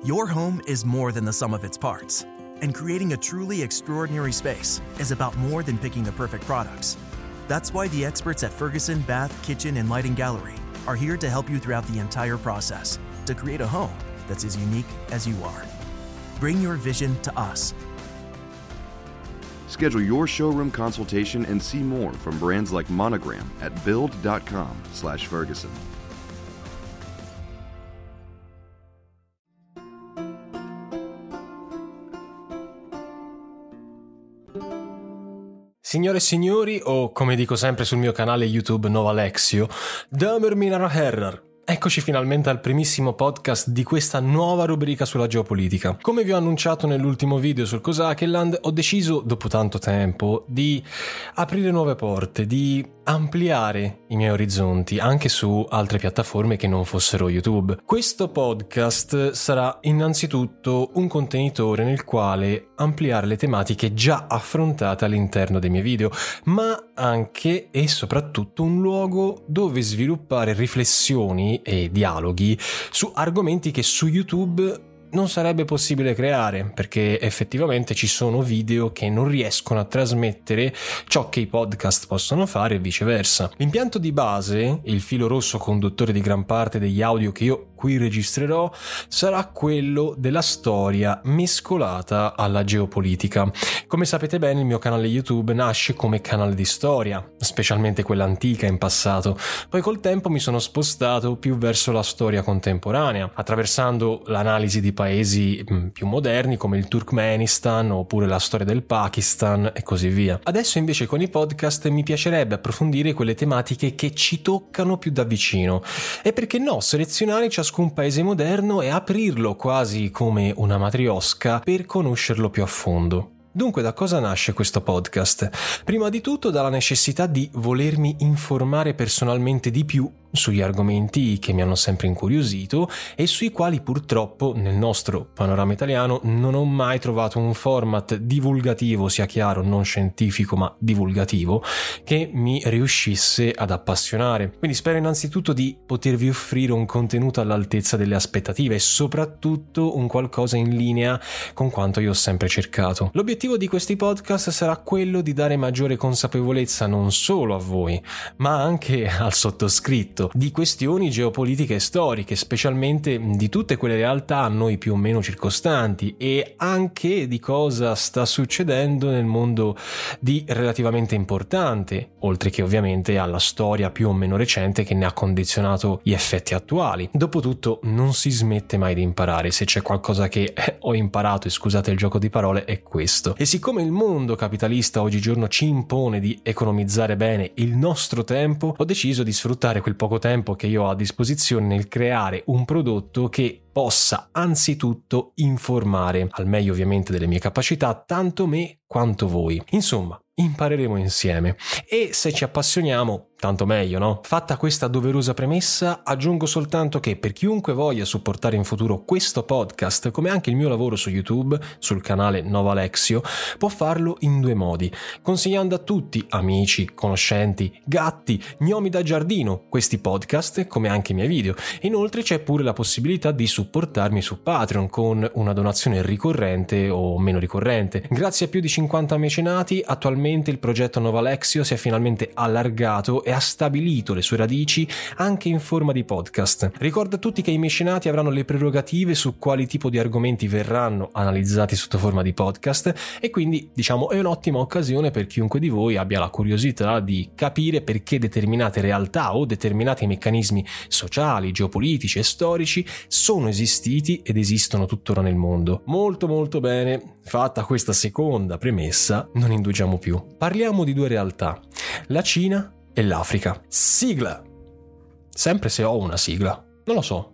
Your home is more than the sum of its parts, and creating a truly extraordinary space is about more than picking the perfect products. That's why the experts at Ferguson Bath, Kitchen, and Lighting Gallery are here to help you throughout the entire process to create a home that's as unique as you are. Bring your vision to us. Schedule your showroom consultation and see more from brands like Monogram at build.com/Ferguson. Signore e signori, o come dico sempre sul mio canale YouTube Nova Alexio, Damer mina herrar. Eccoci finalmente al primissimo podcast di questa nuova rubrica sulla geopolitica. Come vi ho annunciato nell'ultimo video sul Kosakeland, ho deciso, dopo tanto tempo, di aprire nuove porte, di ampliare i miei orizzonti anche su altre piattaforme che non fossero YouTube. Questo podcast sarà innanzitutto un contenitore nel quale ampliare le tematiche già affrontate all'interno dei miei video, ma anche e soprattutto un luogo dove sviluppare riflessioni e dialoghi su argomenti che su YouTube non sarebbe possibile creare, perché effettivamente ci sono video che non riescono a trasmettere ciò che i podcast possono fare e viceversa. L'impianto di base, il filo rosso conduttore di gran parte degli audio che io qui registrerò, sarà quello della storia mescolata alla geopolitica. Come sapete bene, il mio canale YouTube nasce come canale di storia, specialmente quella antica in passato. Poi col tempo mi sono spostato più verso la storia contemporanea, attraversando l'analisi di paesi più moderni come il Turkmenistan oppure la storia del Pakistan e così via. Adesso invece con i podcast mi piacerebbe approfondire quelle tematiche che ci toccano più da vicino e, perché no, selezionare ciascun paese moderno e aprirlo quasi come una matriosca per conoscerlo più a fondo. Dunque, da cosa nasce questo podcast? Prima di tutto dalla necessità di volermi informare personalmente di più sugli argomenti che mi hanno sempre incuriosito e sui quali purtroppo nel nostro panorama italiano non ho mai trovato un format divulgativo, sia chiaro, non scientifico ma divulgativo, che mi riuscisse ad appassionare. Quindi spero innanzitutto di potervi offrire un contenuto all'altezza delle aspettative e soprattutto un qualcosa in linea con quanto io ho sempre cercato. L'obiettivo di questi podcast sarà quello di dare maggiore consapevolezza non solo a voi, ma anche al sottoscritto di questioni geopolitiche e storiche, specialmente di tutte quelle realtà a noi più o meno circostanti, e anche di cosa sta succedendo nel mondo di relativamente importante, oltre che ovviamente alla storia più o meno recente che ne ha condizionato gli effetti attuali. Dopotutto non si smette mai di imparare, se c'è qualcosa che ho imparato, e scusate il gioco di parole, è questo. E siccome il mondo capitalista oggigiorno ci impone di economizzare bene il nostro tempo, ho deciso di sfruttare quel poco tempo che io ho a disposizione nel creare un prodotto che possa anzitutto informare, al meglio ovviamente delle mie capacità, tanto me quanto voi. Insomma, impareremo insieme e se ci appassioniamo tanto meglio, no? Fatta questa doverosa premessa, aggiungo soltanto che per chiunque voglia supportare in futuro questo podcast, come anche il mio lavoro su YouTube, sul canale Nova Alexio, può farlo in due modi: consigliando a tutti, amici, conoscenti, gatti, gnomi da giardino, questi podcast, come anche i miei video. Inoltre c'è pure la possibilità di supportarmi su Patreon con una donazione ricorrente o meno ricorrente. Grazie a più di 50 mecenati, attualmente il progetto Nova Alexio si è finalmente allargato e ha stabilito le sue radici anche in forma di podcast. Ricordo a tutti che i mecenati avranno le prerogative su quali tipo di argomenti verranno analizzati sotto forma di podcast, e quindi diciamo è un'ottima occasione per chiunque di voi abbia la curiosità di capire perché determinate realtà o determinati meccanismi sociali, geopolitici e storici sono esistiti ed esistono tuttora nel mondo. Molto molto bene, fatta questa seconda premessa, non indugiamo più. Parliamo di due realtà, la Cina e l'Africa. Sigla! Sempre se ho una sigla, non lo so.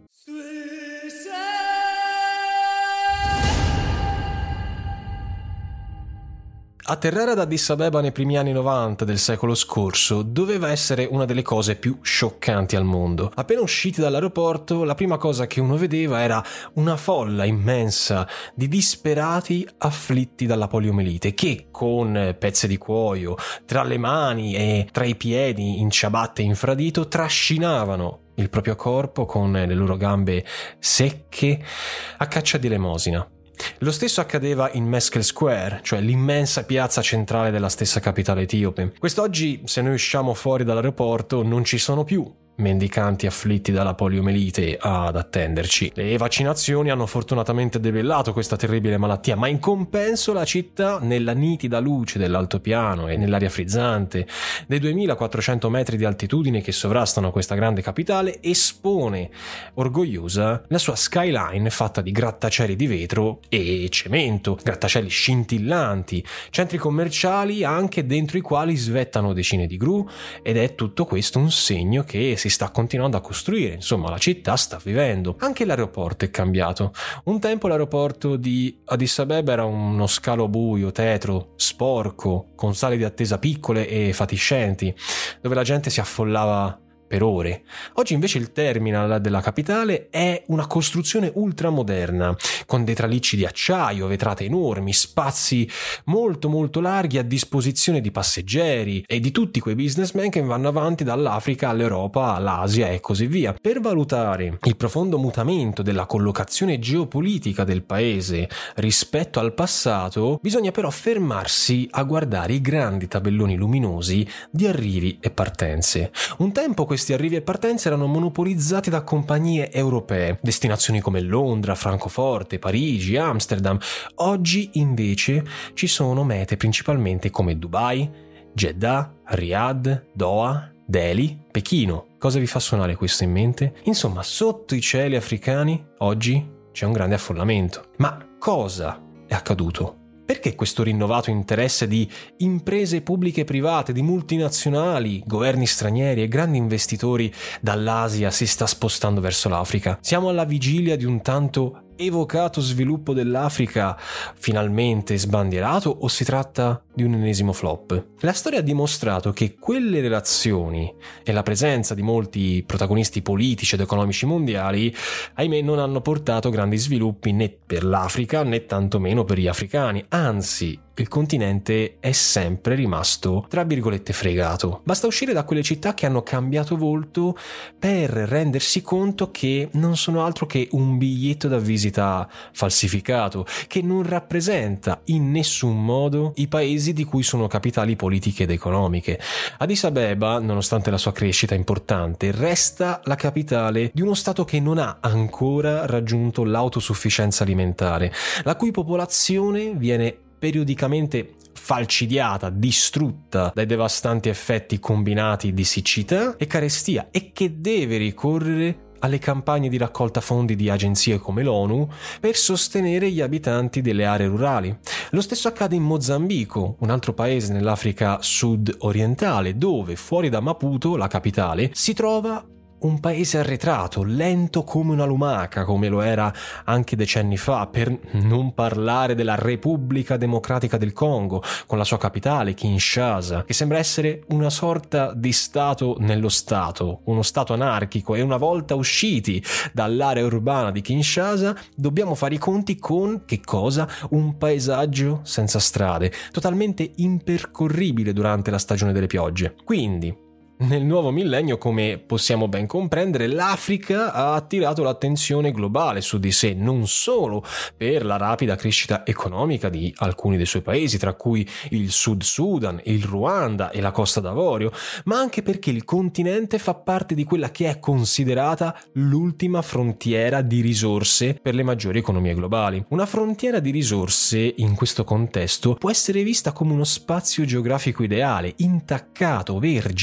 Atterrare ad Addis Abeba nei primi anni 90 del secolo scorso doveva essere una delle cose più scioccanti al mondo. Appena usciti dall'aeroporto, la prima cosa che uno vedeva era una folla immensa di disperati afflitti dalla poliomielite che, con pezze di cuoio tra le mani e tra i piedi in ciabatte infradito, trascinavano il proprio corpo con le loro gambe secche a caccia di elemosina. Lo stesso accadeva in Meskel Square, cioè l'immensa piazza centrale della stessa capitale etiope. Quest'oggi, se noi usciamo fuori dall'aeroporto, non ci sono più mendicanti afflitti dalla poliomielite ad attenderci. Le vaccinazioni hanno fortunatamente debellato questa terribile malattia, ma in compenso la città, nella nitida luce dell'altopiano e nell'aria frizzante dei 2400 metri di altitudine che sovrastano questa grande capitale, espone orgogliosa la sua skyline fatta di grattacieli di vetro e cemento, grattacieli scintillanti, centri commerciali anche dentro i quali svettano decine di gru, ed è tutto questo un segno che si sta continuando a costruire. Insomma, la città sta vivendo. Anche l'aeroporto è cambiato. Un tempo l'aeroporto di Addis Abeba era uno scalo buio, tetro, sporco, con sale di attesa piccole e fatiscenti, dove la gente si affollava per ore. Oggi invece il terminal della capitale è una costruzione ultramoderna, con dei tralicci di acciaio, vetrate enormi, spazi molto molto larghi a disposizione di passeggeri e di tutti quei businessmen che vanno avanti dall'Africa all'Europa, all'Asia e così via. Per valutare il profondo mutamento della collocazione geopolitica del paese rispetto al passato, bisogna però fermarsi a guardare i grandi tabelloni luminosi di arrivi e partenze. Un tempo questi arrivi e partenze erano monopolizzati da compagnie europee, destinazioni come Londra, Francoforte, Parigi, Amsterdam. Oggi invece ci sono mete principalmente come Dubai, Jeddah, Riyadh, Doha, Delhi, Pechino. Cosa vi fa suonare questo in mente? Insomma, sotto i cieli africani oggi c'è un grande affollamento. Ma cosa è accaduto? Perché questo rinnovato interesse di imprese pubbliche e private, di multinazionali, governi stranieri e grandi investitori dall'Asia si sta spostando verso l'Africa? Siamo alla vigilia di un tanto evocato sviluppo dell'Africa finalmente sbandierato, o si tratta di un ennesimo flop? La storia ha dimostrato che quelle relazioni e la presenza di molti protagonisti politici ed economici mondiali, ahimè, non hanno portato grandi sviluppi né per l'Africa né tantomeno per gli africani. Anzi, il continente è sempre rimasto, tra virgolette, fregato. Basta uscire da quelle città che hanno cambiato volto per rendersi conto che non sono altro che un biglietto da visita falsificato, che non rappresenta in nessun modo i paesi di cui sono capitali politiche ed economiche. Addis Abeba, nonostante la sua crescita importante, resta la capitale di uno stato che non ha ancora raggiunto l'autosufficienza alimentare, la cui popolazione viene periodicamente falcidiata, distrutta dai devastanti effetti combinati di siccità e carestia, e che deve ricorrere alle campagne di raccolta fondi di agenzie come l'ONU per sostenere gli abitanti delle aree rurali. Lo stesso accade in Mozambico, un altro paese nell'Africa sud-orientale, dove fuori da Maputo, la capitale, si trova un paese arretrato, lento come una lumaca, come lo era anche decenni fa, per non parlare della Repubblica Democratica del Congo, con la sua capitale, Kinshasa, che sembra essere una sorta di stato nello stato, uno stato anarchico, e una volta usciti dall'area urbana di Kinshasa dobbiamo fare i conti con, che cosa? Un paesaggio senza strade, totalmente impercorribile durante la stagione delle piogge. Quindi, nel nuovo millennio, come possiamo ben comprendere, l'Africa ha attirato l'attenzione globale su di sé, non solo per la rapida crescita economica di alcuni dei suoi paesi, tra cui il Sud Sudan, il Ruanda e la Costa d'Avorio, ma anche perché il continente fa parte di quella che è considerata l'ultima frontiera di risorse per le maggiori economie globali. Una frontiera di risorse, in questo contesto, può essere vista come uno spazio geografico ideale, intaccato, vergine, pieno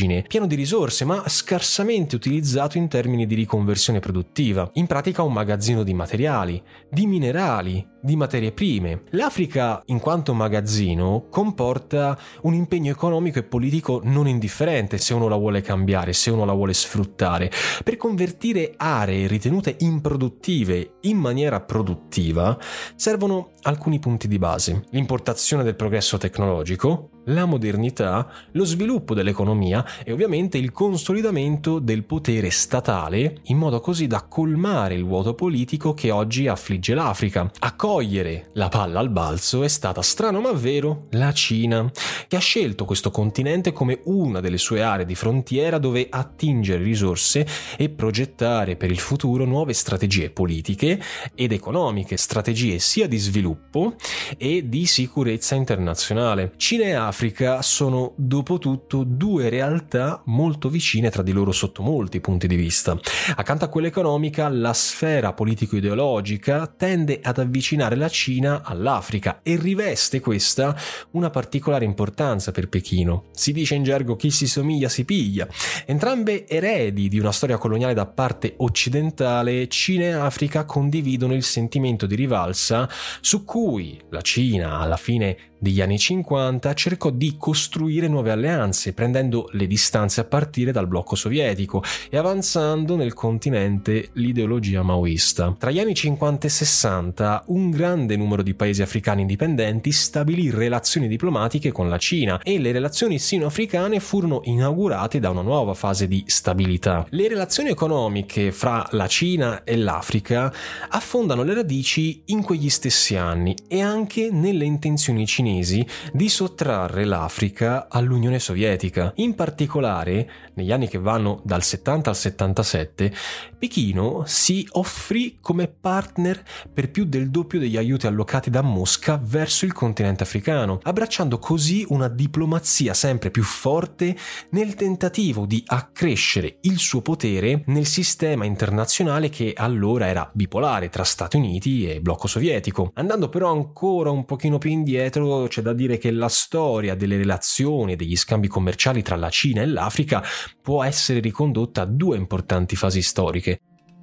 pieno di risorse, ma scarsamente utilizzato in termini di riconversione produttiva. In pratica un magazzino di materiali, di minerali, di materie prime. L'Africa, in quanto magazzino, comporta un impegno economico e politico non indifferente se uno la vuole cambiare, se uno la vuole sfruttare. Per convertire aree ritenute improduttive in maniera produttiva servono alcuni punti di base: l'importazione del progresso tecnologico, la modernità, lo sviluppo dell'economia e ovviamente il consolidamento del potere statale, in modo così da colmare il vuoto politico che oggi affligge l'Africa. A cogliere la palla al balzo è stata, strano ma vero, la Cina, che ha scelto questo continente come una delle sue aree di frontiera dove attingere risorse e progettare per il futuro nuove strategie politiche ed economiche, strategie sia di sviluppo e di sicurezza internazionale. Cina e Africa sono dopo tutto due realtà molto vicine tra di loro sotto molti punti di vista. Accanto a quella economica, la sfera politico-ideologica tende ad avvicinare la Cina all'Africa e riveste questa una particolare importanza per Pechino. Si dice in gergo chi si somiglia si piglia. Entrambe eredi di una storia coloniale da parte occidentale, Cina e Africa condividono il sentimento di rivalsa su cui la Cina alla fine degli anni 50 cercò di costruire nuove alleanze, prendendo le distanze a partire dal blocco sovietico e avanzando nel continente l'ideologia maoista. Tra gli anni 50 e 60 un grande numero di paesi africani indipendenti stabilì relazioni diplomatiche con la Cina e le relazioni sino-africane furono inaugurate da una nuova fase di stabilità. Le relazioni economiche fra la Cina e l'Africa affondano le radici in quegli stessi anni e anche nelle intenzioni cinesi di sottrarre l'Africa all'Unione Sovietica. In particolare, negli anni che vanno dal 70 al 77, Pechino si offrì come partner per più del doppio degli aiuti allocati da Mosca verso il continente africano, abbracciando così una diplomazia sempre più forte nel tentativo di accrescere il suo potere nel sistema internazionale che allora era bipolare tra Stati Uniti e blocco sovietico. Andando però ancora un pochino più indietro, c'è da dire che la storia delle relazioni e degli scambi commerciali tra la Cina e l'Africa può essere ricondotta a due importanti fasi storiche.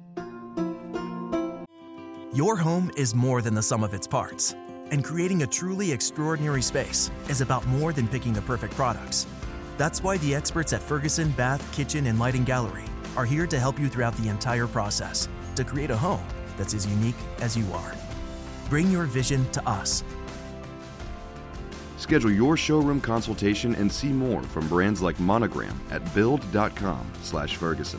Your home is more than the sum of its parts, and creating a truly extraordinary space is about more than picking the perfect products. That's why the experts at Ferguson Bath, Kitchen, and Lighting Gallery are here to help you throughout the entire process to create a home that's as unique as you are. Bring your vision to us. Schedule your showroom consultation and see more from brands like Monogram at build.com/Ferguson.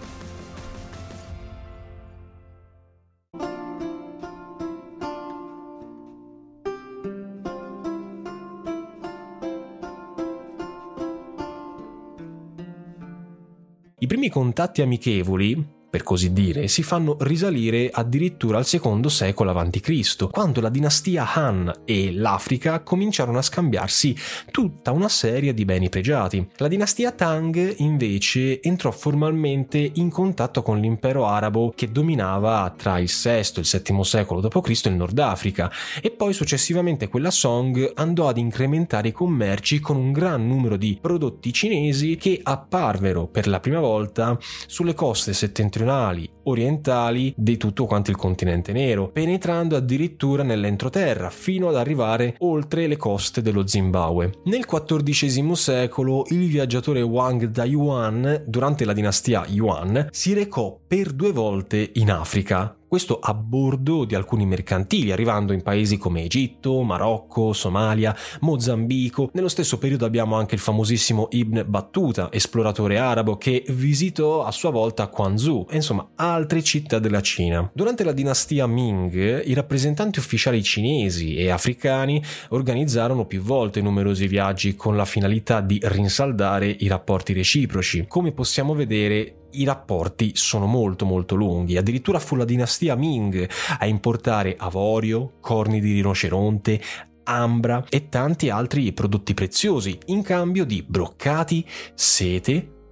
I primi contatti amichevoli, per così dire, si fanno risalire addirittura al secondo secolo a.C., quando la dinastia Han e l'Africa cominciarono a scambiarsi tutta una serie di beni pregiati. La dinastia Tang invece entrò formalmente in contatto con l'impero arabo che dominava tra il VI e il VII secolo d.C. il Nord Africa, e poi successivamente quella Song andò ad incrementare i commerci con un gran numero di prodotti cinesi che apparvero per la prima volta sulle coste settentrionali orientali di tutto quanto il continente nero, penetrando addirittura nell'entroterra fino ad arrivare oltre le coste dello Zimbabwe. Nel XIV secolo il viaggiatore Wang Dayuan, durante la dinastia Yuan, si recò per 2 volte in Africa, questo a bordo di alcuni mercantili, arrivando in paesi come Egitto, Marocco, Somalia, Mozambico. Nello stesso periodo abbiamo anche il famosissimo Ibn Battuta, esploratore arabo, che visitò a sua volta Quanzhou e insomma altre città della Cina. Durante la dinastia Ming, i rappresentanti ufficiali cinesi e africani organizzarono più volte numerosi viaggi con la finalità di rinsaldare i rapporti reciproci. Come possiamo vedere, i rapporti sono molto lunghi. Addirittura fu la dinastia Ming a importare avorio, corni di rinoceronte, ambra e tanti altri prodotti preziosi in cambio di broccati, sete,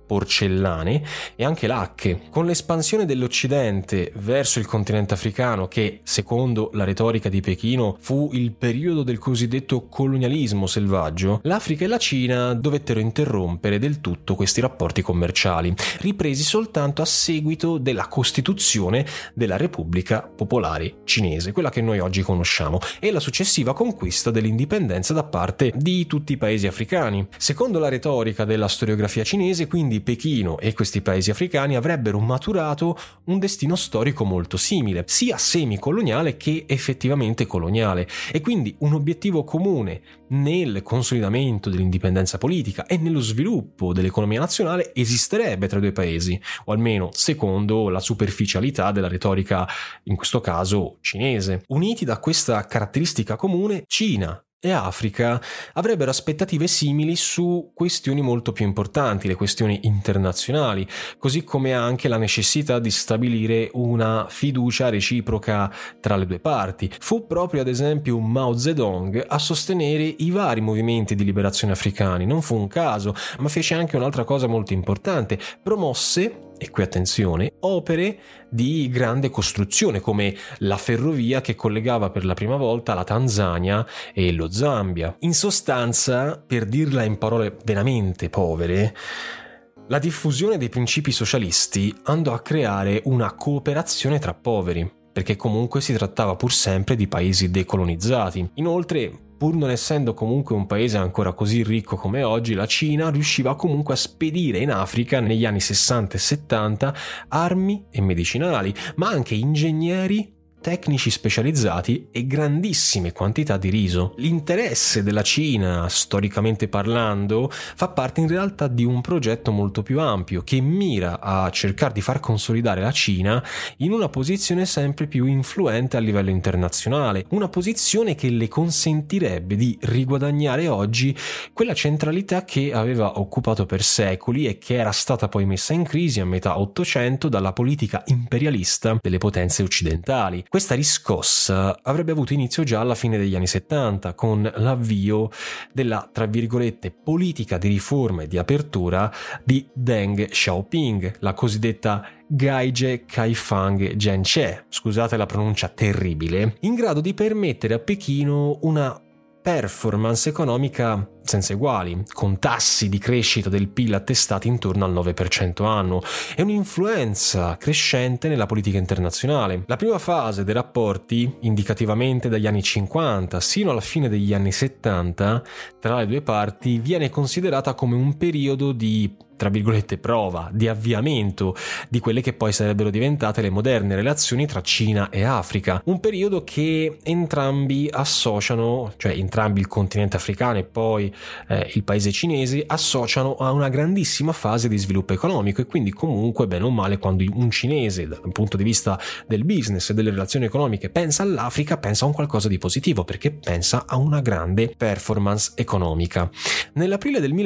porcellane e anche lacche. Con l'espansione dell'Occidente verso il continente africano, che secondo la retorica di Pechino fu il periodo del cosiddetto colonialismo selvaggio, l'Africa e la Cina dovettero interrompere del tutto questi rapporti commerciali, ripresi soltanto a seguito della costituzione della Repubblica Popolare Cinese, quella che noi oggi conosciamo, e la successiva conquista dell'indipendenza da parte di tutti i paesi africani. Secondo la retorica della storiografia cinese, quindi Pechino e questi paesi africani avrebbero maturato un destino storico molto simile, sia semicoloniale che effettivamente coloniale, e quindi un obiettivo comune nel consolidamento dell'indipendenza politica e nello sviluppo dell'economia nazionale esisterebbe tra i due paesi, o almeno secondo la superficialità della retorica, in questo caso cinese. Uniti da questa caratteristica comune, Cina e Africa avrebbero aspettative simili su questioni molto più importanti, le questioni internazionali, così come anche la necessità di stabilire una fiducia reciproca tra le due parti. Fu proprio ad esempio Mao Zedong a sostenere i vari movimenti di liberazione africani, non fu un caso, ma fece anche un'altra cosa molto importante: promosse, e qui attenzione, opere di grande costruzione come la ferrovia che collegava per la prima volta la Tanzania e lo Zambia. In sostanza, per dirla in parole veramente povere, la diffusione dei principi socialisti andò a creare una cooperazione tra poveri, perché comunque si trattava pur sempre di paesi decolonizzati. Inoltre, pur non essendo comunque un paese ancora così ricco come oggi, la Cina riusciva comunque a spedire in Africa negli anni 60 e 70 armi e medicinali, ma anche ingegneri, tecnici specializzati e grandissime quantità di riso. L'interesse della Cina, storicamente parlando, fa parte in realtà di un progetto molto più ampio che mira a cercare di far consolidare la Cina in una posizione sempre più influente a livello internazionale, una posizione che le consentirebbe di riguadagnare oggi quella centralità che aveva occupato per secoli e che era stata poi messa in crisi a metà Ottocento dalla politica imperialista delle potenze occidentali. Questa riscossa avrebbe avuto inizio già alla fine degli anni 70 con l'avvio della, tra virgolette, politica di riforma e di apertura di Deng Xiaoping, la cosiddetta Gaige Kaifang Zhengche, scusate la pronuncia terribile, in grado di permettere a Pechino una performance economica senza eguali, con tassi di crescita del PIL attestati intorno al 9% annuo e un'influenza crescente nella politica internazionale. La prima fase dei rapporti, indicativamente dagli anni 50 sino alla fine degli anni 70, tra le due parti viene considerata come un periodo di, tra virgolette, prova, di avviamento di quelle che poi sarebbero diventate le moderne relazioni tra Cina e Africa. Un periodo che entrambi associano, cioè entrambi il continente africano e poi il paese cinese, associano a una grandissima fase di sviluppo economico, e quindi comunque bene o male quando un cinese dal punto di vista del business e delle relazioni economiche pensa all'Africa, pensa a un qualcosa di positivo, perché pensa a una grande performance economica. Nell'aprile del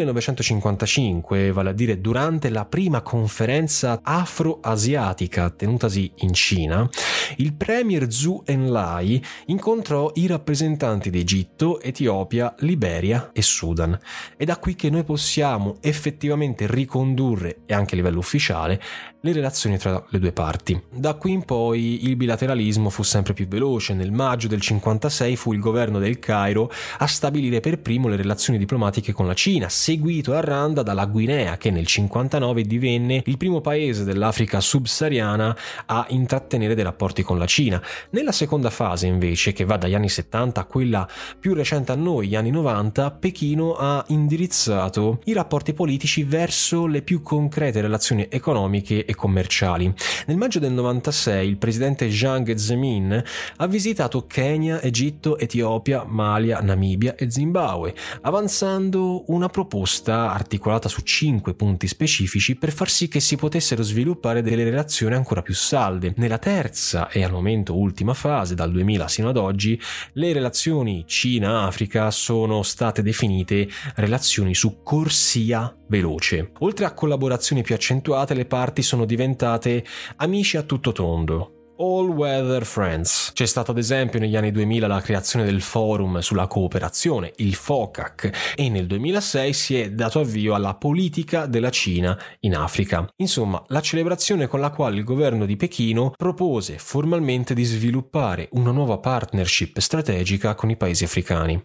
1955, vale a dire durante la prima conferenza afro-asiatica tenutasi in Cina, il premier Zhou Enlai incontrò i rappresentanti di Egitto, Etiopia, Liberia e Sudan. È da qui che noi possiamo effettivamente ricondurre, e anche a livello ufficiale, le relazioni tra le due parti. Da qui in poi il bilateralismo fu sempre più veloce. Nel maggio del 56 fu il governo del Cairo a stabilire per primo le relazioni diplomatiche con la Cina, seguito a randa dalla Guinea, che nel 59 divenne il primo paese dell'Africa subsahariana a intrattenere dei rapporti con la Cina. Nella seconda fase invece, che va dagli anni 70 a quella più recente a noi, gli anni 90, Pechino ha indirizzato i rapporti politici verso le più concrete relazioni economiche e commerciali. Nel maggio del 96 il presidente Jiang Zemin ha visitato Kenya, Egitto, Etiopia, Malia, Namibia e Zimbabwe, avanzando una proposta articolata su 5 punti specifici per far sì che si potessero sviluppare delle relazioni ancora più salde. Nella terza e al momento ultima fase, dal 2000 sino ad oggi, le relazioni Cina-Africa sono state definite relazioni su corsia veloce. Oltre a collaborazioni più accentuate, le parti sono diventate amici a tutto tondo, All Weather Friends. C'è stata ad esempio negli anni 2000 la creazione del forum sulla cooperazione, il FOCAC, e nel 2006 si è dato avvio alla politica della Cina in Africa. Insomma, la celebrazione con la quale il governo di Pechino propose formalmente di sviluppare una nuova partnership strategica con i paesi africani.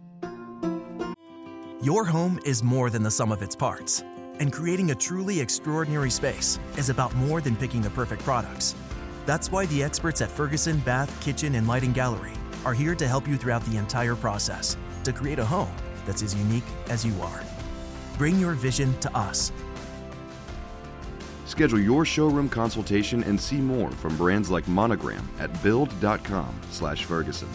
Your home is more than the sum of its parts, and creating a truly extraordinary space is about more than picking the perfect products. That's why the experts at Ferguson Bath, Kitchen, and Lighting Gallery are here to help you throughout the entire process to create a home that's as unique as you are. Bring your vision to us. Schedule your showroom consultation and see more from brands like Monogram at build.com/Ferguson.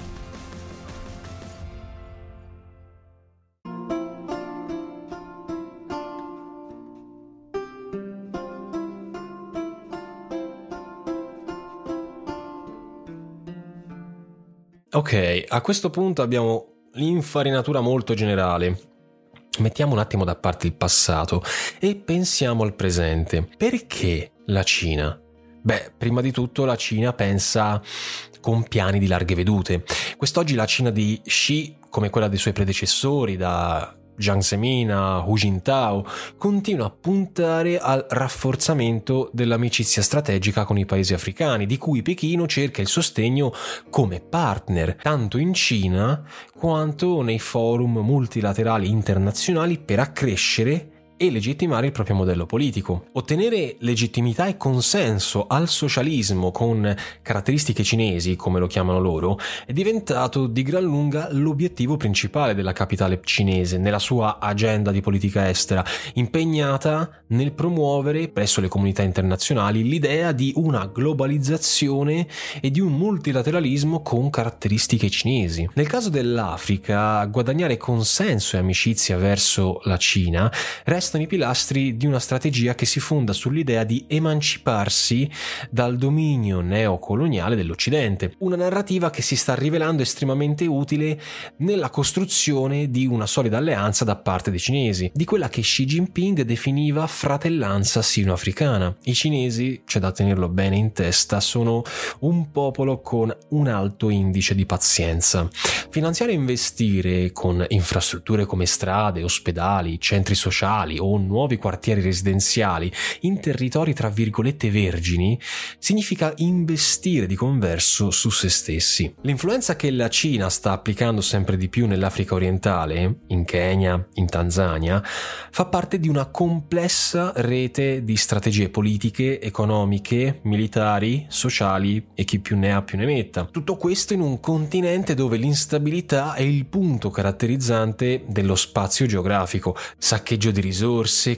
Ok, a questo punto abbiamo l'infarinatura molto generale. Mettiamo un attimo da parte il passato e pensiamo al presente. Perché la Cina? Beh, prima di tutto la Cina pensa con piani di larghe vedute. Quest'oggi la Cina di Xi, come quella dei suoi predecessori, da Jiang Zemin a Hu Jintao, continua a puntare al rafforzamento dell'amicizia strategica con i paesi africani, di cui Pechino cerca il sostegno come partner, tanto in Cina quanto nei forum multilaterali internazionali, per accrescere e legittimare il proprio modello politico. Ottenere legittimità e consenso al socialismo con caratteristiche cinesi, come lo chiamano loro, è diventato di gran lunga l'obiettivo principale della capitale cinese nella sua agenda di politica estera, impegnata nel promuovere presso le comunità internazionali l'idea di una globalizzazione e di un multilateralismo con caratteristiche cinesi. Nel caso dell'Africa, guadagnare consenso e amicizia verso la Cina restano i pilastri di una strategia che si fonda sull'idea di emanciparsi dal dominio neocoloniale dell'Occidente, una narrativa che si sta rivelando estremamente utile nella costruzione di una solida alleanza da parte dei cinesi, di quella che Xi Jinping definiva fratellanza sino-africana. I cinesi, c'è da tenerlo bene in testa, sono un popolo con un alto indice di pazienza. Finanziare e investire con infrastrutture come strade, ospedali, centri sociali o nuovi quartieri residenziali in territori tra virgolette vergini significa investire di converso su se stessi. L'influenza che la Cina sta applicando sempre di più nell'Africa orientale, in Kenya, in Tanzania, fa parte di una complessa rete di strategie politiche, economiche, militari, sociali e chi più ne ha più ne metta. Tutto questo in un continente dove l'instabilità è il punto caratterizzante dello spazio geografico, saccheggio di risorse,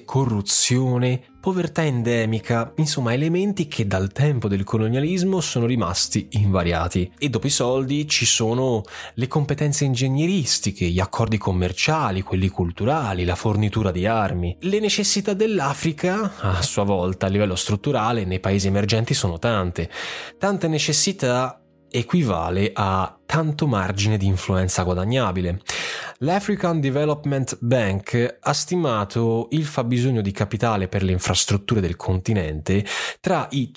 corruzione, povertà endemica, insomma elementi che dal tempo del colonialismo sono rimasti invariati. E dopo i soldi ci sono le competenze ingegneristiche, gli accordi commerciali, quelli culturali, la fornitura di armi. Le necessità dell'Africa, a sua volta, a livello strutturale, nei paesi emergenti sono tante. Tante necessità equivale a tanto margine di influenza guadagnabile. L'African Development Bank ha stimato il fabbisogno di capitale per le infrastrutture del continente tra i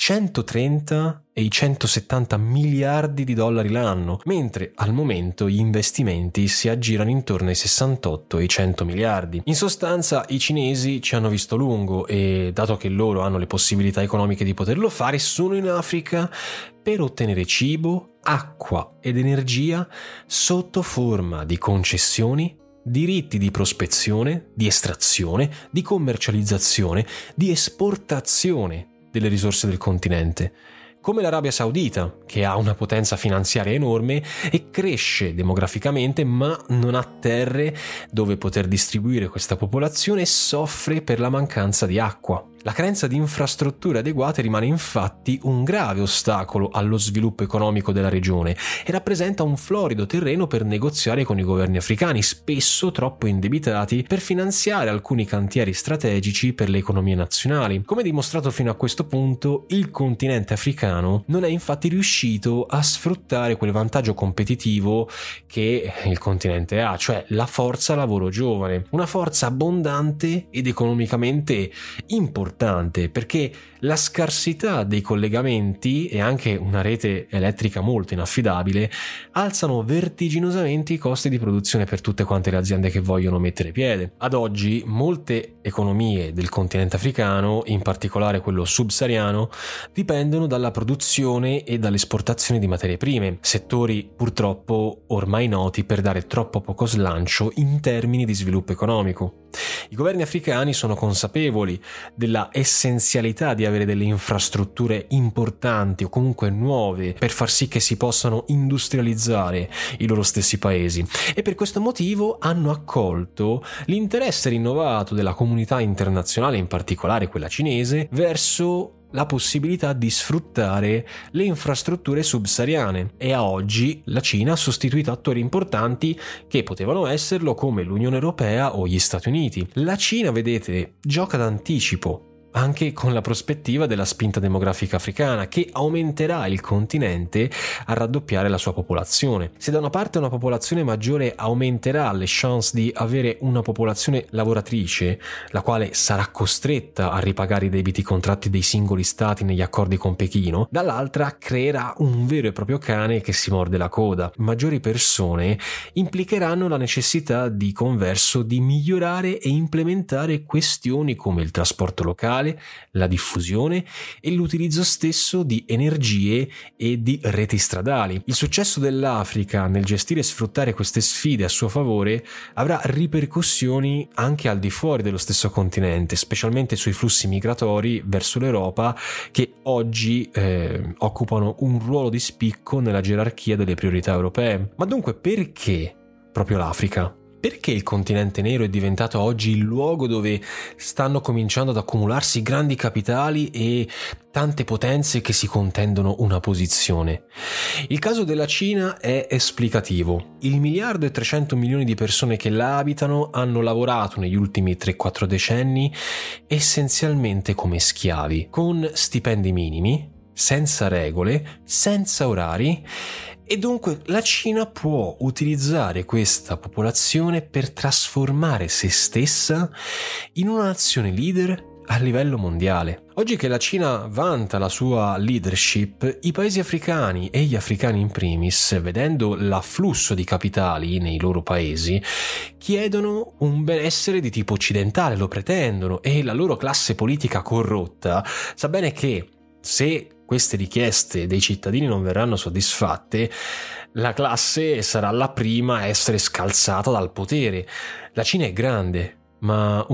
130 e i 170 miliardi di dollari l'anno, mentre al momento gli investimenti si aggirano intorno ai 68 e i 100 miliardi. In sostanza, i cinesi ci hanno visto lungo e, dato che loro hanno le possibilità economiche di poterlo fare, sono in Africa per ottenere cibo, acqua ed energia sotto forma di concessioni, diritti di prospezione, di estrazione, di commercializzazione, di esportazione delle risorse del continente. Come l'Arabia Saudita, che ha una potenza finanziaria enorme e cresce demograficamente, ma non ha terre dove poter distribuire questa popolazione e soffre per la mancanza di acqua. La carenza di infrastrutture adeguate rimane infatti un grave ostacolo allo sviluppo economico della regione e rappresenta un florido terreno per negoziare con i governi africani, spesso troppo indebitati per finanziare alcuni cantieri strategici per le economie nazionali. Come dimostrato fino a questo punto, il continente africano non è infatti riuscito a sfruttare quel vantaggio competitivo che il continente ha, cioè la forza lavoro giovane, una forza abbondante ed economicamente importante importante, perché la scarsità dei collegamenti e anche una rete elettrica molto inaffidabile alzano vertiginosamente i costi di produzione per tutte quante le aziende che vogliono mettere piede. Ad oggi molte economie del continente africano, in particolare quello subsahariano, dipendono dalla produzione e dall'esportazione di materie prime, settori purtroppo ormai noti per dare troppo poco slancio in termini di sviluppo economico. I governi africani sono consapevoli della essenzialità di avere delle infrastrutture importanti o comunque nuove per far sì che si possano industrializzare i loro stessi paesi, e per questo motivo hanno accolto l'interesse rinnovato della comunità internazionale, in particolare quella cinese, verso la possibilità di sfruttare le infrastrutture subsahariane, e a oggi la Cina ha sostituito attori importanti che potevano esserlo come l'Unione Europea o gli Stati Uniti. La Cina, vedete, gioca d'anticipo anche con la prospettiva della spinta demografica africana che aumenterà il continente a raddoppiare la sua popolazione. Se da una parte una popolazione maggiore aumenterà le chance di avere una popolazione lavoratrice, la quale sarà costretta a ripagare i debiti contratti dei singoli stati negli accordi con Pechino, dall'altra creerà un vero e proprio cane che si morde la coda. Maggiori persone implicheranno la necessità di converso di migliorare e implementare questioni come il trasporto locale, la diffusione e l'utilizzo stesso di energie e di reti stradali. Il successo dell'Africa nel gestire e sfruttare queste sfide a suo favore avrà ripercussioni anche al di fuori dello stesso continente, specialmente sui flussi migratori verso l'Europa, che oggi occupano un ruolo di spicco nella gerarchia delle priorità europee. Ma dunque perché proprio l'Africa? Perché il continente nero è diventato oggi il luogo dove stanno cominciando ad accumularsi grandi capitali e tante potenze che si contendono una posizione? Il caso della Cina è esplicativo. 1,3 miliardi di persone che la abitano hanno lavorato negli ultimi 3-4 decenni essenzialmente come schiavi, con stipendi minimi, senza regole, senza orari, e dunque la Cina può utilizzare questa popolazione per trasformare se stessa in una nazione leader a livello mondiale. Oggi che la Cina vanta la sua leadership, i paesi africani e gli africani in primis, vedendo l'afflusso di capitali nei loro paesi, chiedono un benessere di tipo occidentale, lo pretendono, e la loro classe politica corrotta sa bene che se queste richieste dei cittadini non verranno soddisfatte, la classe sarà la prima a essere scalzata dal potere. La Cina è grande, ma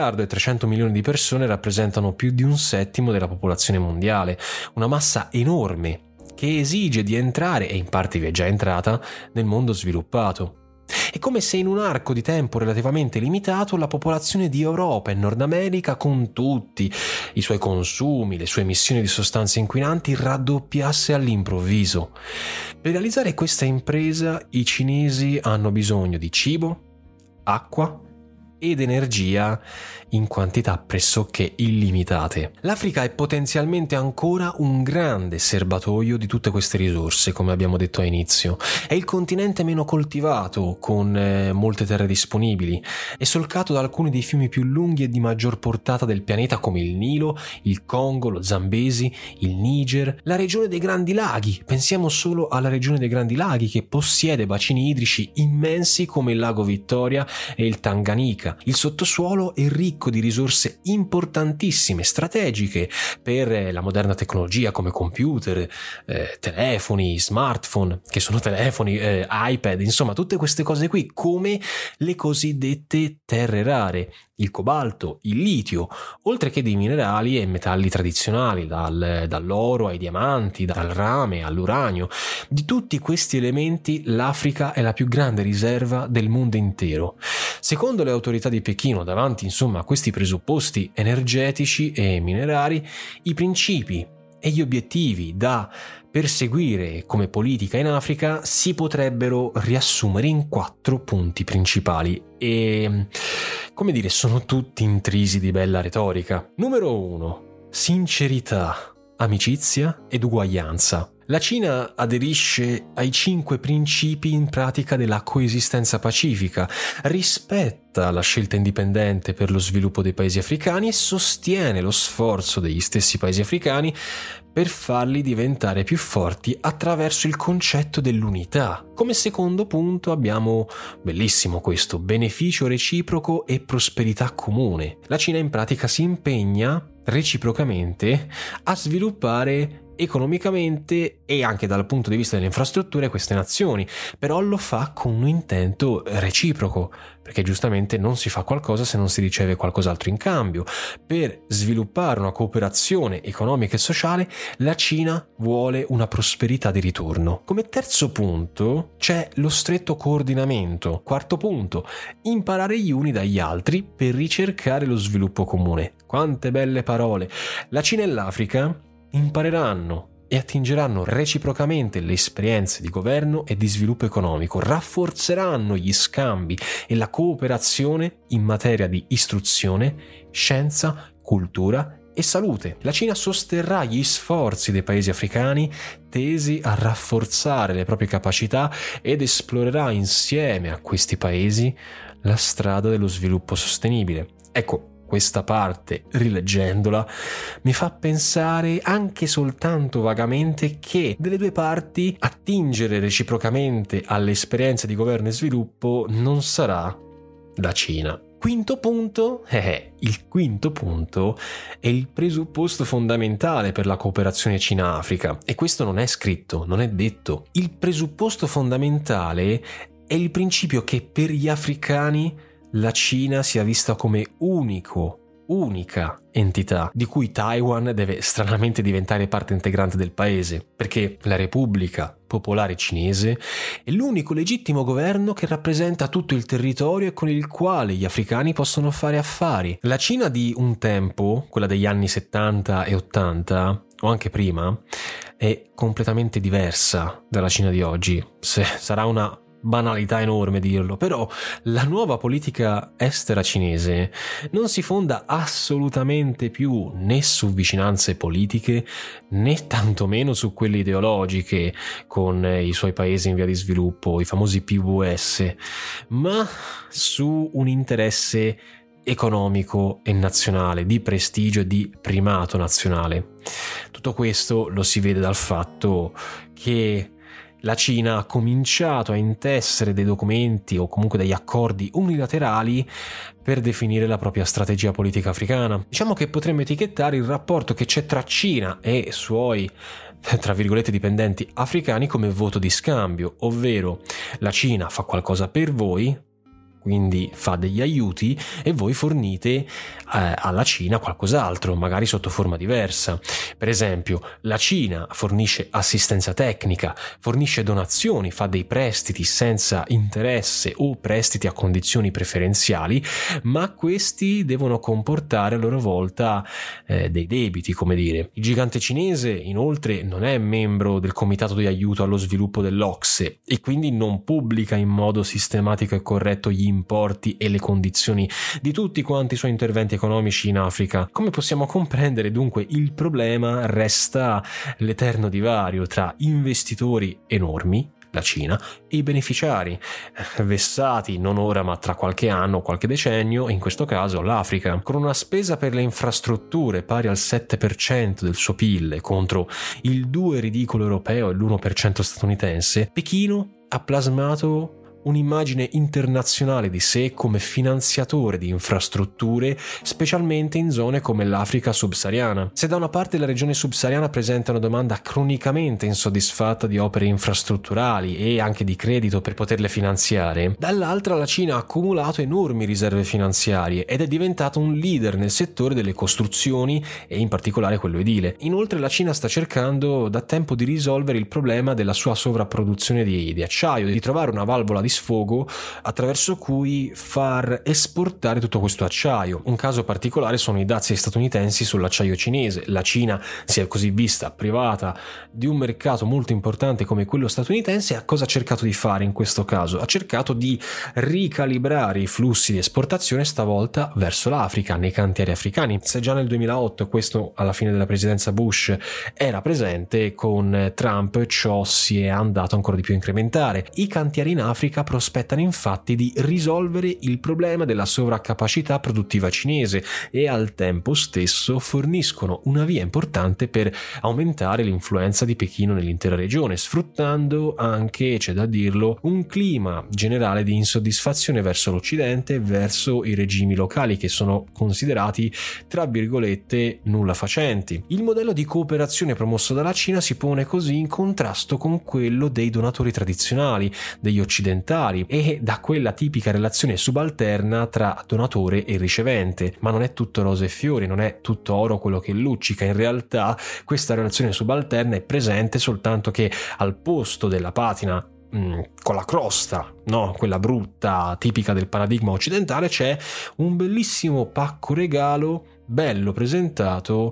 1,3 miliardi di persone rappresentano più di 1/7 della popolazione mondiale, una massa enorme che esige di entrare, e in parte vi è già entrata, nel mondo sviluppato. È come se in un arco di tempo relativamente limitato la popolazione di Europa e Nord America, con tutti i suoi consumi, le sue emissioni di sostanze inquinanti, raddoppiasse all'improvviso. Per realizzare questa impresa i cinesi hanno bisogno di cibo, acqua ed energia in quantità pressoché illimitate. L'Africa è potenzialmente ancora un grande serbatoio di tutte queste risorse, come abbiamo detto a inizio. È il continente meno coltivato, con molte terre disponibili, è solcato da alcuni dei fiumi più lunghi e di maggior portata del pianeta, come il Nilo, il Congo, lo Zambesi, il Niger, la regione dei Grandi Laghi. Pensiamo solo alla regione dei Grandi Laghi, che possiede bacini idrici immensi come il lago Vittoria e il Tanganica. Il sottosuolo è ricco di risorse importantissime, strategiche per la moderna tecnologia, come computer, telefoni, smartphone, che sono telefoni, iPad, insomma tutte queste cose qui, come le cosiddette terre rare, il cobalto, il litio, oltre che di minerali e metalli tradizionali, dall'oro ai diamanti, dal rame all'uranio. Di tutti questi elementi l'Africa è la più grande riserva del mondo intero. Secondo le autorità di Pechino, davanti insomma a questi presupposti energetici e minerari, i principi e gli obiettivi da perseguire come politica in Africa si potrebbero riassumere in 4 punti principali e, come dire, sono tutti intrisi di bella retorica. Numero 1. Sincerità, amicizia ed uguaglianza. La Cina aderisce ai 5 principi in pratica della coesistenza pacifica, rispetta la scelta indipendente per lo sviluppo dei paesi africani e sostiene lo sforzo degli stessi paesi africani per farli diventare più forti attraverso il concetto dell'unità. Come secondo punto abbiamo, bellissimo questo, beneficio reciproco e prosperità comune. La Cina in pratica si impegna reciprocamente a sviluppare economicamente e anche dal punto di vista delle infrastrutture queste nazioni, però lo fa con un intento reciproco, perché giustamente non si fa qualcosa se non si riceve qualcos'altro in cambio. Per sviluppare una cooperazione economica e sociale, la Cina vuole una prosperità di ritorno. Come terzo punto c'è lo stretto coordinamento. Quarto punto, imparare gli uni dagli altri per ricercare lo sviluppo comune. Quante belle parole! La Cina e l'Africa impareranno e attingeranno reciprocamente le esperienze di governo e di sviluppo economico, rafforzeranno gli scambi e la cooperazione in materia di istruzione, scienza, cultura e salute. La Cina sosterrà gli sforzi dei paesi africani tesi a rafforzare le proprie capacità ed esplorerà insieme a questi paesi la strada dello sviluppo sostenibile. Ecco, questa parte, rileggendola, mi fa pensare anche soltanto vagamente che delle due parti attingere reciprocamente alle esperienze di governo e sviluppo non sarà la Cina. Quinto punto, il quinto punto è il presupposto fondamentale per la cooperazione Cina-Africa, e questo non è scritto, non è detto. Il presupposto fondamentale è il principio che per gli africani la Cina sia vista come unica entità, di cui Taiwan deve stranamente diventare parte integrante del paese, perché la Repubblica Popolare Cinese è l'unico legittimo governo che rappresenta tutto il territorio e con il quale gli africani possono fare affari. La Cina di un tempo, quella degli anni 70 e 80, o anche prima, è completamente diversa dalla Cina di oggi. Sarà una banalità enorme dirlo, però la nuova politica estera cinese non si fonda assolutamente più né su vicinanze politiche né tantomeno su quelle ideologiche con i suoi paesi in via di sviluppo, i famosi PVS, ma su un interesse economico e nazionale, di prestigio e di primato nazionale. Tutto questo lo si vede dal fatto che la Cina ha cominciato a intessere dei documenti o comunque degli accordi unilaterali per definire la propria strategia politica africana. Diciamo che potremmo etichettare il rapporto che c'è tra Cina e suoi, tra virgolette, dipendenti africani come voto di scambio, ovvero la Cina fa qualcosa per voi, quindi fa degli aiuti, e voi fornite alla Cina qualcos'altro, magari sotto forma diversa. Per esempio, la Cina fornisce assistenza tecnica, fornisce donazioni, fa dei prestiti senza interesse o prestiti a condizioni preferenziali, ma questi devono comportare a loro volta dei debiti, come dire. Il gigante cinese, inoltre, non è membro del Comitato di aiuto allo sviluppo dell'OCSE e quindi non pubblica in modo sistematico e corretto gli importi e le condizioni di tutti quanti i suoi interventi economici in Africa. Come possiamo comprendere, dunque, il problema resta l'eterno divario tra investitori enormi, la Cina, e i beneficiari, vessati non ora ma tra qualche anno o qualche decennio, in questo caso l'Africa. Con una spesa per le infrastrutture pari al 7% del suo PIL contro il 2% ridicolo europeo e l'1% statunitense, Pechino ha plasmato un'immagine internazionale di sé come finanziatore di infrastrutture, specialmente in zone come l'Africa subsahariana. Se da una parte la regione subsahariana presenta una domanda cronicamente insoddisfatta di opere infrastrutturali e anche di credito per poterle finanziare, dall'altra la Cina ha accumulato enormi riserve finanziarie ed è diventato un leader nel settore delle costruzioni e in particolare quello edile. Inoltre la Cina sta cercando da tempo di risolvere il problema della sua sovrapproduzione di acciaio, di trovare una valvola di di sfogo attraverso cui far esportare tutto questo acciaio. Un caso particolare sono i dazi statunitensi sull'acciaio cinese. La Cina si è così vista privata di un mercato molto importante come quello statunitense. A cosa ha cercato di fare in questo caso? Ha cercato di ricalibrare i flussi di esportazione, stavolta verso l'Africa, nei cantieri africani. Se già nel 2008, questo alla fine della presidenza Bush, era presente, con Trump ciò si è andato ancora di più a incrementare. I cantieri in Africa prospettano infatti di risolvere il problema della sovraccapacità produttiva cinese e al tempo stesso forniscono una via importante per aumentare l'influenza di Pechino nell'intera regione, sfruttando anche, c'è da dirlo, un clima generale di insoddisfazione verso l'Occidente e verso i regimi locali che sono considerati, tra virgolette, nulla facenti. Il modello di cooperazione promosso dalla Cina si pone così in contrasto con quello dei donatori tradizionali, degli occidentali, e da quella tipica relazione subalterna tra donatore e ricevente. Ma non è tutto rose e fiori, non è tutto oro quello che luccica. In realtà questa relazione subalterna è presente, soltanto che al posto della patina con la crosta, no, quella brutta tipica del paradigma occidentale, c'è un bellissimo pacco regalo bello presentato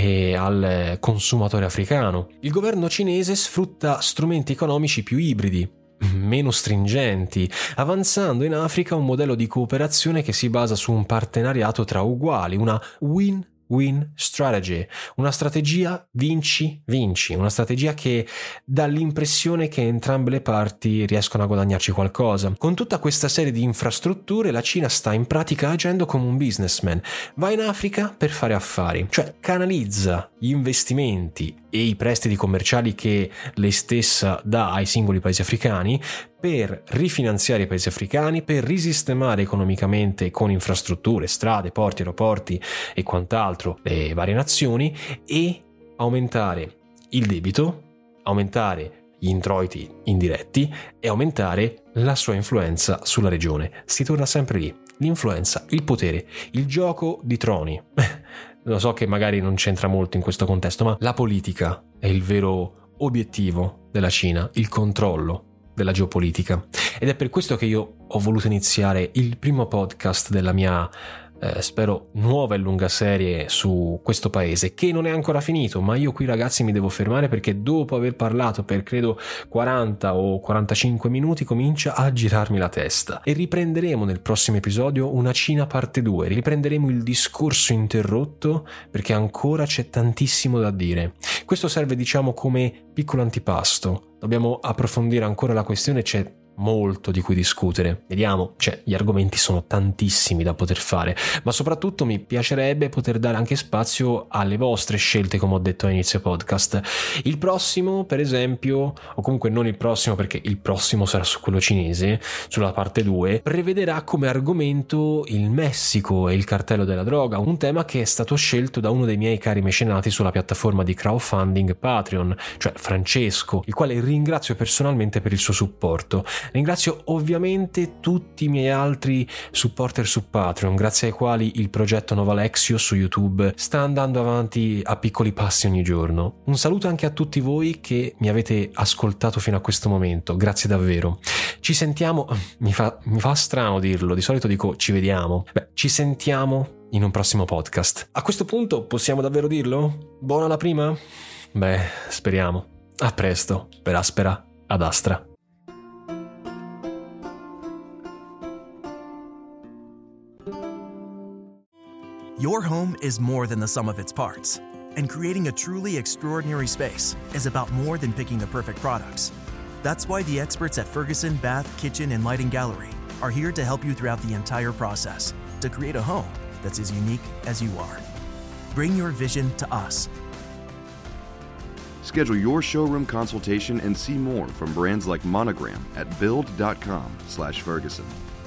al consumatore africano. Il governo cinese sfrutta strumenti economici più ibridi, meno stringenti, avanzando in Africa un modello di cooperazione che si basa su un partenariato tra uguali, una win-win strategy, una strategia vinci-vinci, una strategia che dà l'impressione che entrambe le parti riescono a guadagnarci qualcosa. Con tutta questa serie di infrastrutture la Cina sta in pratica agendo come un businessman, va in Africa per fare affari, cioè canalizza gli investimenti e i prestiti commerciali che lei stessa dà ai singoli paesi africani per rifinanziare i paesi africani, per risistemare economicamente con infrastrutture, strade, porti, aeroporti e quant'altro le varie nazioni, e aumentare il debito, aumentare gli introiti indiretti e aumentare la sua influenza sulla regione. Si torna sempre lì: l'influenza, il potere, il gioco di troni. Lo so che magari non c'entra molto in questo contesto, ma la politica è il vero obiettivo della Cina, il controllo della geopolitica. Ed è per questo che io ho voluto iniziare il primo podcast della mia spero nuova e lunga serie su questo paese, che non è ancora finito, ma io qui, ragazzi, mi devo fermare, perché dopo aver parlato per credo 40 o 45 minuti comincia a girarmi la testa. E riprenderemo nel prossimo episodio una Cina parte 2, riprenderemo il discorso interrotto, perché ancora c'è tantissimo da dire. Questo serve, diciamo, come piccolo antipasto. Dobbiamo approfondire ancora la questione, c'è molto di cui discutere. Vediamo, gli argomenti sono tantissimi da poter fare, ma soprattutto mi piacerebbe poter dare anche spazio alle vostre scelte, come ho detto a inizio podcast. Il prossimo, per esempio, o comunque non il prossimo, perché il prossimo sarà su quello cinese, sulla parte 2, prevederà come argomento il Messico e il cartello della droga, un tema che è stato scelto da uno dei miei cari mecenati sulla piattaforma di crowdfunding Patreon, cioè Francesco, il quale ringrazio personalmente per il suo supporto. Ringrazio ovviamente tutti i miei altri supporter su Patreon, grazie ai quali il progetto Nova Lexio su YouTube sta andando avanti a piccoli passi ogni giorno. Un saluto anche a tutti voi che mi avete ascoltato fino a questo momento, grazie davvero. Ci sentiamo, mi fa strano dirlo, di solito dico ci vediamo. Ci sentiamo in un prossimo podcast. A questo punto possiamo davvero dirlo? Buona la prima? Speriamo. A presto, per aspera ad astra. Your home is more than the sum of its parts, and creating a truly extraordinary space is about more than picking the perfect products. That's why the experts at Ferguson Bath, Kitchen, and Lighting Gallery are here to help you throughout the entire process to create a home that's as unique as you are. Bring your vision to us. Schedule your showroom consultation and see more from brands like Monogram at build.com/Ferguson.